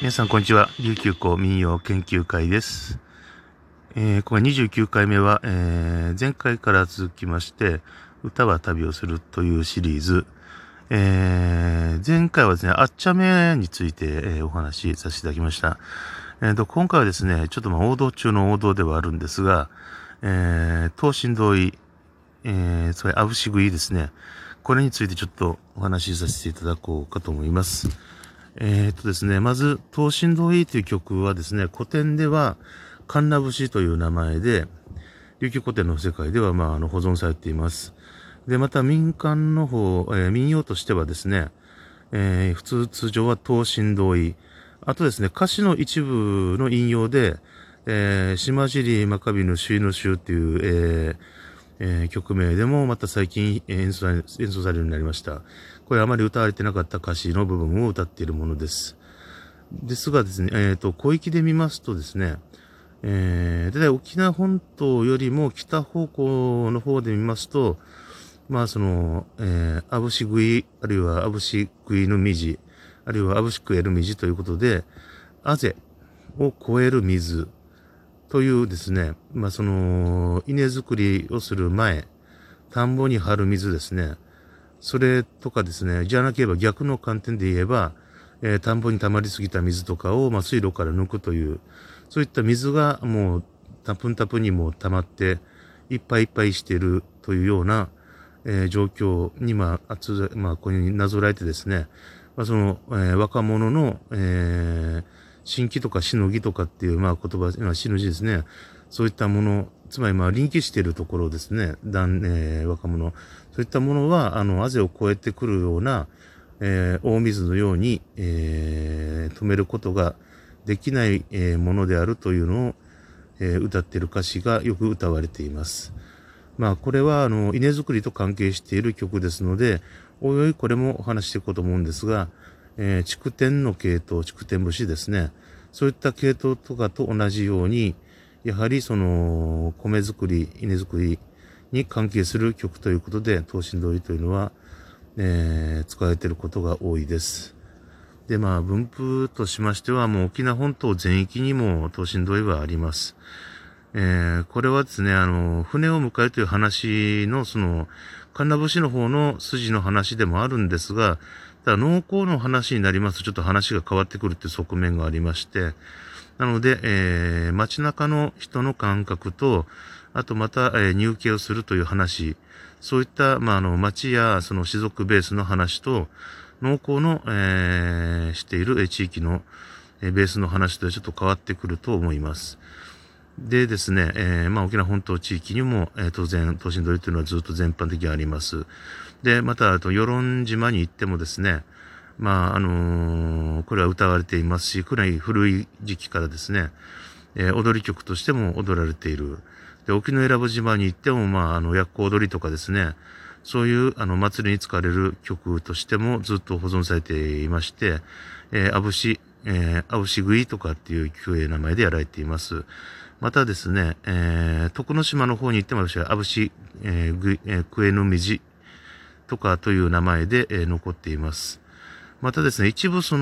皆さんこんにちは。琉球校民謡研究会です。これ29回目は、前回から続きまして歌は旅をするというシリーズ、前回はですねあっちゃめについて、お話しさせていただきました。今回はですねちょっと王道中の王道ではあるんですが、東進同意、それあぶし食いですね、これについてちょっとお話しさせていただこうかと思います。ですね、まず、東進同意という曲はですね、古典では、神羅節という名前で、琉球古典の世界では、保存されています。で、また民間の方、民謡としてはですね、通常は東進同意。あとですね、歌詞の一部の引用で、島尻真壁の首位の衆っていう、曲名でもまた最近演奏されるようになりました。これあまり歌われてなかった歌詞の部分を歌っているものです。ですがですね、広域で見ますとですね、だいたい沖縄本島よりも北方向の方で見ますと、あぶし食い、あるいはあぶし食いの水、あるいはあぶし食える水ということで、あぜを越える水というですね、稲作りをする前、田んぼに張る水ですね。それとかですね、じゃなければ逆の観点で言えば、田んぼに溜まりすぎた水とかを、水路から抜くという、そういった水がもうタプンタプンにも溜まって、いっぱいいっぱいしているというような、状況に、ここになぞらえてですね、若者の、新規とかしのぎとかっていう、言葉、しのじですね。そういったもの、つまり臨機しているところですね。若者。そういったものは、あぜを越えてくるような、大水のように、止めることができない、ものであるというのを、歌っている歌詞がよく歌われています。これは、稲作りと関係している曲ですので、おいおいこれもお話していこうと思うんですが、筑天の系統、筑天節ですね。そういった系統とかと同じように、やはり米作り、稲作りに関係する曲ということで、東進同意というのは、使われていることが多いです。で、分布としましては、もう沖縄本島全域にも東進同意はあります。これはですね、船を迎えるという話の、神羅節の方の筋の話でもあるんですが、ただ農耕の話になりますと、ちょっと話が変わってくるという側面がありまして、なので、街中の人の感覚と、あとまた、入家をするという話、そういった、町やその士族ベースの話と、農耕の、している地域の、ベースの話とちょっと変わってくると思います。でですね、沖縄本島地域にも、当然、東進同意というのはずっと全般的にあります。で、また、与論島に行ってもですね、これは歌われていますし、くらい古い時期からですね、踊り曲としても踊られている。で、沖永良部島に行っても、薬効踊りとかですね、そういう、祭りに使われる曲としてもずっと保存されていまして、あぶし食いとかっていう名前でやられています。またですね、徳之島の方に行っても私はあぶし、食えぬ水とかという名前で、残っています。またですね、一部だ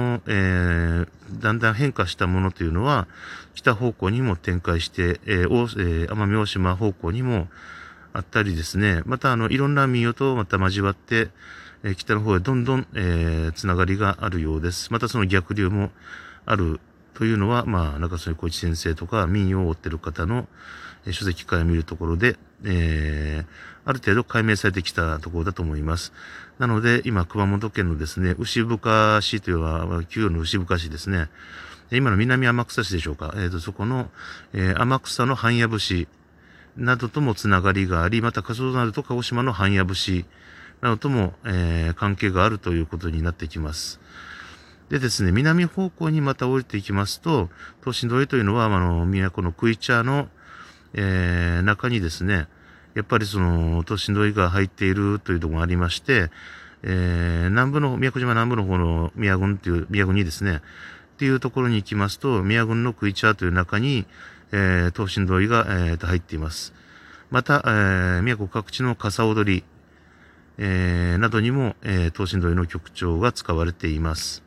んだん変化したものというのは、北方向にも展開して、奄美大島方向にもあったりですね、またいろんな民謡とまた交わって、北の方へどんどん、つながりがあるようです。またその逆流もあるというのは、中曽根浩一先生とか民謡を追っている方の、書籍から見るところで、ある程度解明されてきたところだと思います。なので、今、熊本県のですね、牛深市というのは、旧の牛深市ですね。今の南天草市でしょうか。そこの、天草の半谷節などともつながりがあり、また、そうなると鹿児島の半谷節などとも、関係があるということになってきます。でですね、南方向にまた降りていきますと、東進同意というのは、都のクイチャーの、中にですね、やっぱり東進同意が入っているというところがありまして、宮古島南部の方の宮郡にですね、っていうところに行きますと、宮郡のクイチャーという中に、東進同意が、入っています。また、宮古各地の傘踊り、などにも、東進同意の曲調が使われています。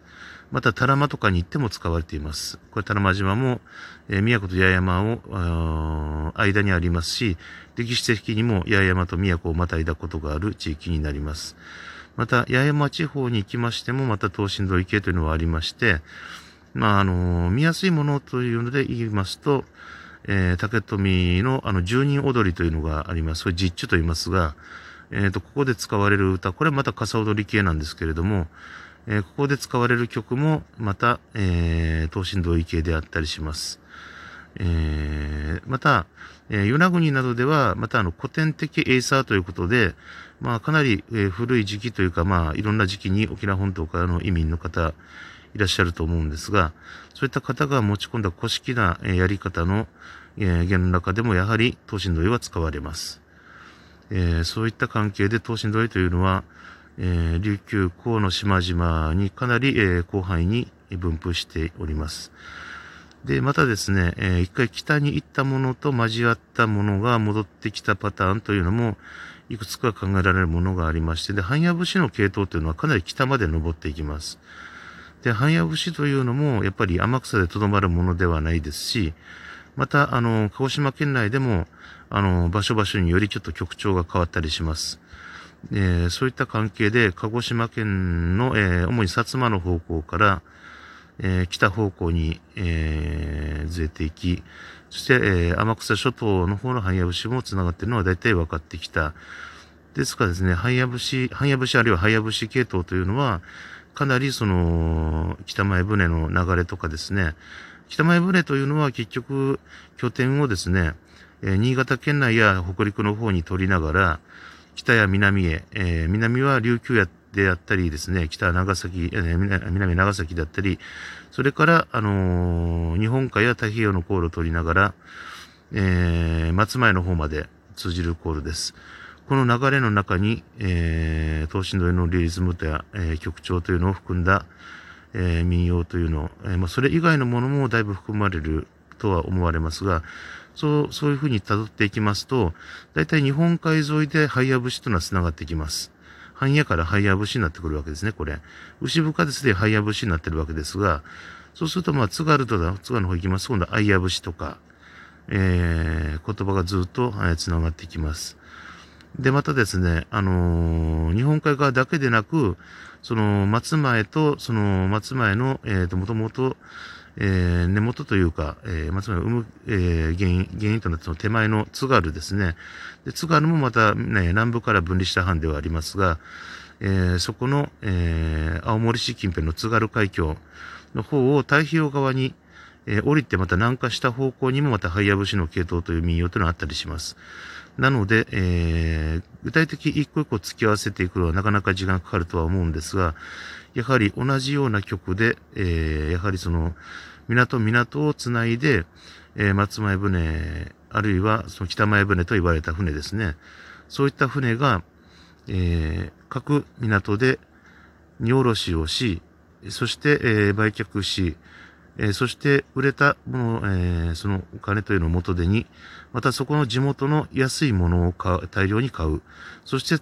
また、多良間とかに行っても使われています。これ、多良間島も、宮古と八重山を、間にありますし、歴史的にも八重山と宮古をまたいだことがある地域になります。また、八重山地方に行きましても、また東進道池というのはありまして、見やすいものというので言いますと、竹富の十人踊りというのがあります。それ実地と言いますが、ここで使われる歌、これはまた傘踊り系なんですけれども、ここで使われる曲もまた、東進道系であったりします。また、与那国などでは、また古典的エイサーということで、かなり、古い時期というか、いろんな時期に沖縄本島からの移民の方いらっしゃると思うんですが、そういった方が持ち込んだ古式な、やり方の、弦の中でもやはり東進道は使われます。そういった関係で東進道というのは、琉球港の島々にかなり、広範囲に分布しております。で、またですね、一回北に行ったものと交わったものが戻ってきたパターンというのも、いくつか考えられるものがありまして、で、半夜節の系統というのはかなり北まで登っていきます。で、半夜節というのも、やっぱり天草でとどまるものではないですし、また、鹿児島県内でも、場所場所によりちょっと曲調が変わったりします。そういった関係で、鹿児島県の、主に薩摩の方向から、北方向に、ずれていき、そして、天草諸島の方の半夜節も繋がっているのは大体分かってきた。ですからですね、半夜節あるいは半夜節系統というのは、かなりその、北前船の流れとかですね、北前船というのは結局、拠点をですね、新潟県内や北陸の方に取りながら、北や南へ、南は琉球であったりですね、北は長崎、南長崎であったり、それから、日本海や太平洋の航路を取りながら、松前の方まで通じる航路です。この流れの中に、東進道のリズムとや、曲調というのを含んだ、民謡というのを、それ以外のものもだいぶ含まれるとは思われますが、そういうふうに辿っていきますと、だいたい日本海沿いでハイヤ節というのは繋がってきます。半夜からハイヤ節になってくるわけですね、これ。牛深ですでハイヤ節になってるわけですが、そうすると津軽の方行きますと、今度はアイヤ節とか、言葉がずっと繋がってきます。で、またですね、日本海側だけでなく、その松前と、その松前の、もともと、根元というか、松前を生む、原因となったその手前の津軽ですね。で、津軽もまた、ね、南部から分離した藩ではありますが、そこの、青森市近辺の津軽海峡の方を太平洋側に、降りてまた南下した方向にもまたハイヤ節の系統という民謡というのがあったりします。なので、具体的一個一個付き合わせていくのはなかなか時間かかるとは思うんですが、やはり同じような曲で、やはりその港をつないで、松前船、あるいはその北前船と言われた船ですね。そういった船が、各港で荷下ろしをし、そして、売却し、そして売れたもの、そのお金というのを元手に、またそこの地元の安いものを大量に買う。そして、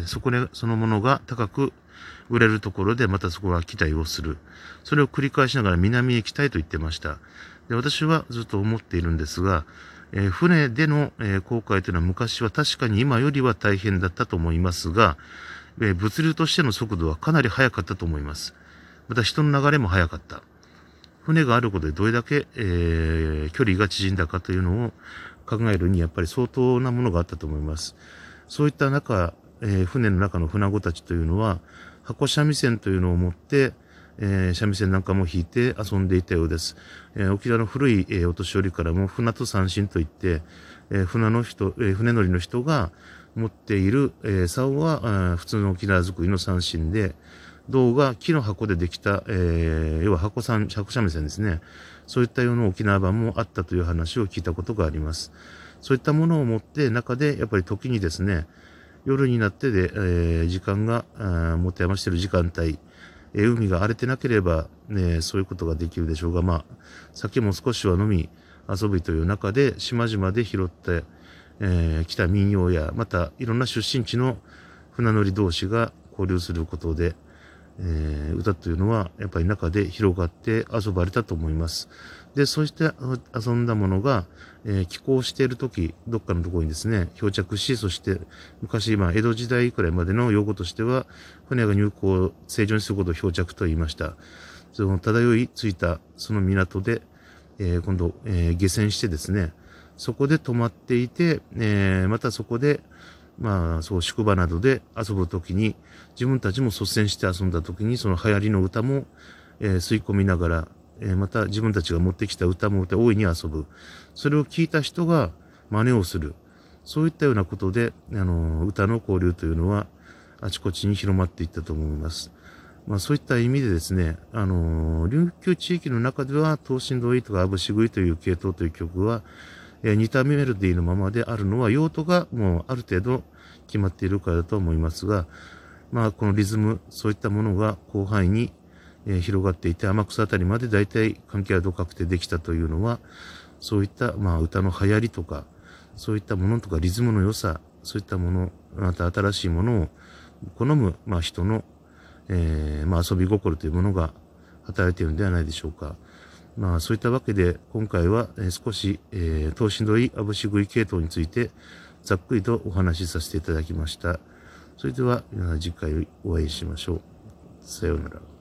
そのものが高く売れるところでまたそこは期待をする。それを繰り返しながら南へ行きたいと言ってました。で、私はずっと思っているんですが、船での、航海というのは昔は確かに今よりは大変だったと思いますが、物流としての速度はかなり速かったと思います。また人の流れも速かった。船があることでどれだけ、距離が縮んだかというのを考えるにやっぱり相当なものがあったと思います。そういった中、船の中の船子たちというのは箱三味線というのを持って、三味線なんかも弾いて遊んでいたようです。沖縄の古い、お年寄りからも船と三線といって、船乗りの人が持っている、竿は普通の沖縄作りの三線で、銅が木の箱でできた、要は箱三味線ですね。そういったような沖縄版もあったという話を聞いたことがあります。そういったものを持って中でやっぱり時にですね、夜になってで、時間が持て余している時間帯、海が荒れてなければ、ね、そういうことができるでしょうが、酒も少しは飲み遊びという中で島々で拾って、来た民謡やまたいろんな出身地の船乗り同士が交流することで、 歌というのは、やっぱり中で広がって遊ばれたと思います。で、そうして遊んだものが、寄港しているとき、どっかのところにですね、漂着し、そして昔、江戸時代くらいまでの用語としては、船が入港を正常にすることを漂着と言いました。その漂いついたその港で、今度、下船してですね、そこで泊まっていて、またそこで、そう宿場などで遊ぶときに、自分たちも率先して遊んだときに、その流行りの歌も、吸い込みながら、また自分たちが持ってきた歌も歌大いに遊ぶ。それを聞いた人が真似をする。そういったようなことで、歌の交流というのは、あちこちに広まっていったと思います。そういった意味でですね、琉球地域の中では、東進堂いとかあぶし食いという系統という曲は、似たメロディーのままであるのは、用途がもうある程度決まっているからだと思いますが、このリズム、そういったものが広範囲に、広がっていて、天草あたりまで大体関係は度確定できたというのは、そういった、歌の流行りとか、そういったものとかリズムの良さ、そういったもの、また新しいものを好む、人の、遊び心というものが働いているのではないでしょうか。そういったわけで、今回は、少し、東進堂あぶし食い系統について、ざっくりとお話しさせていただきました。それでは、次回お会いしましょう。さようなら。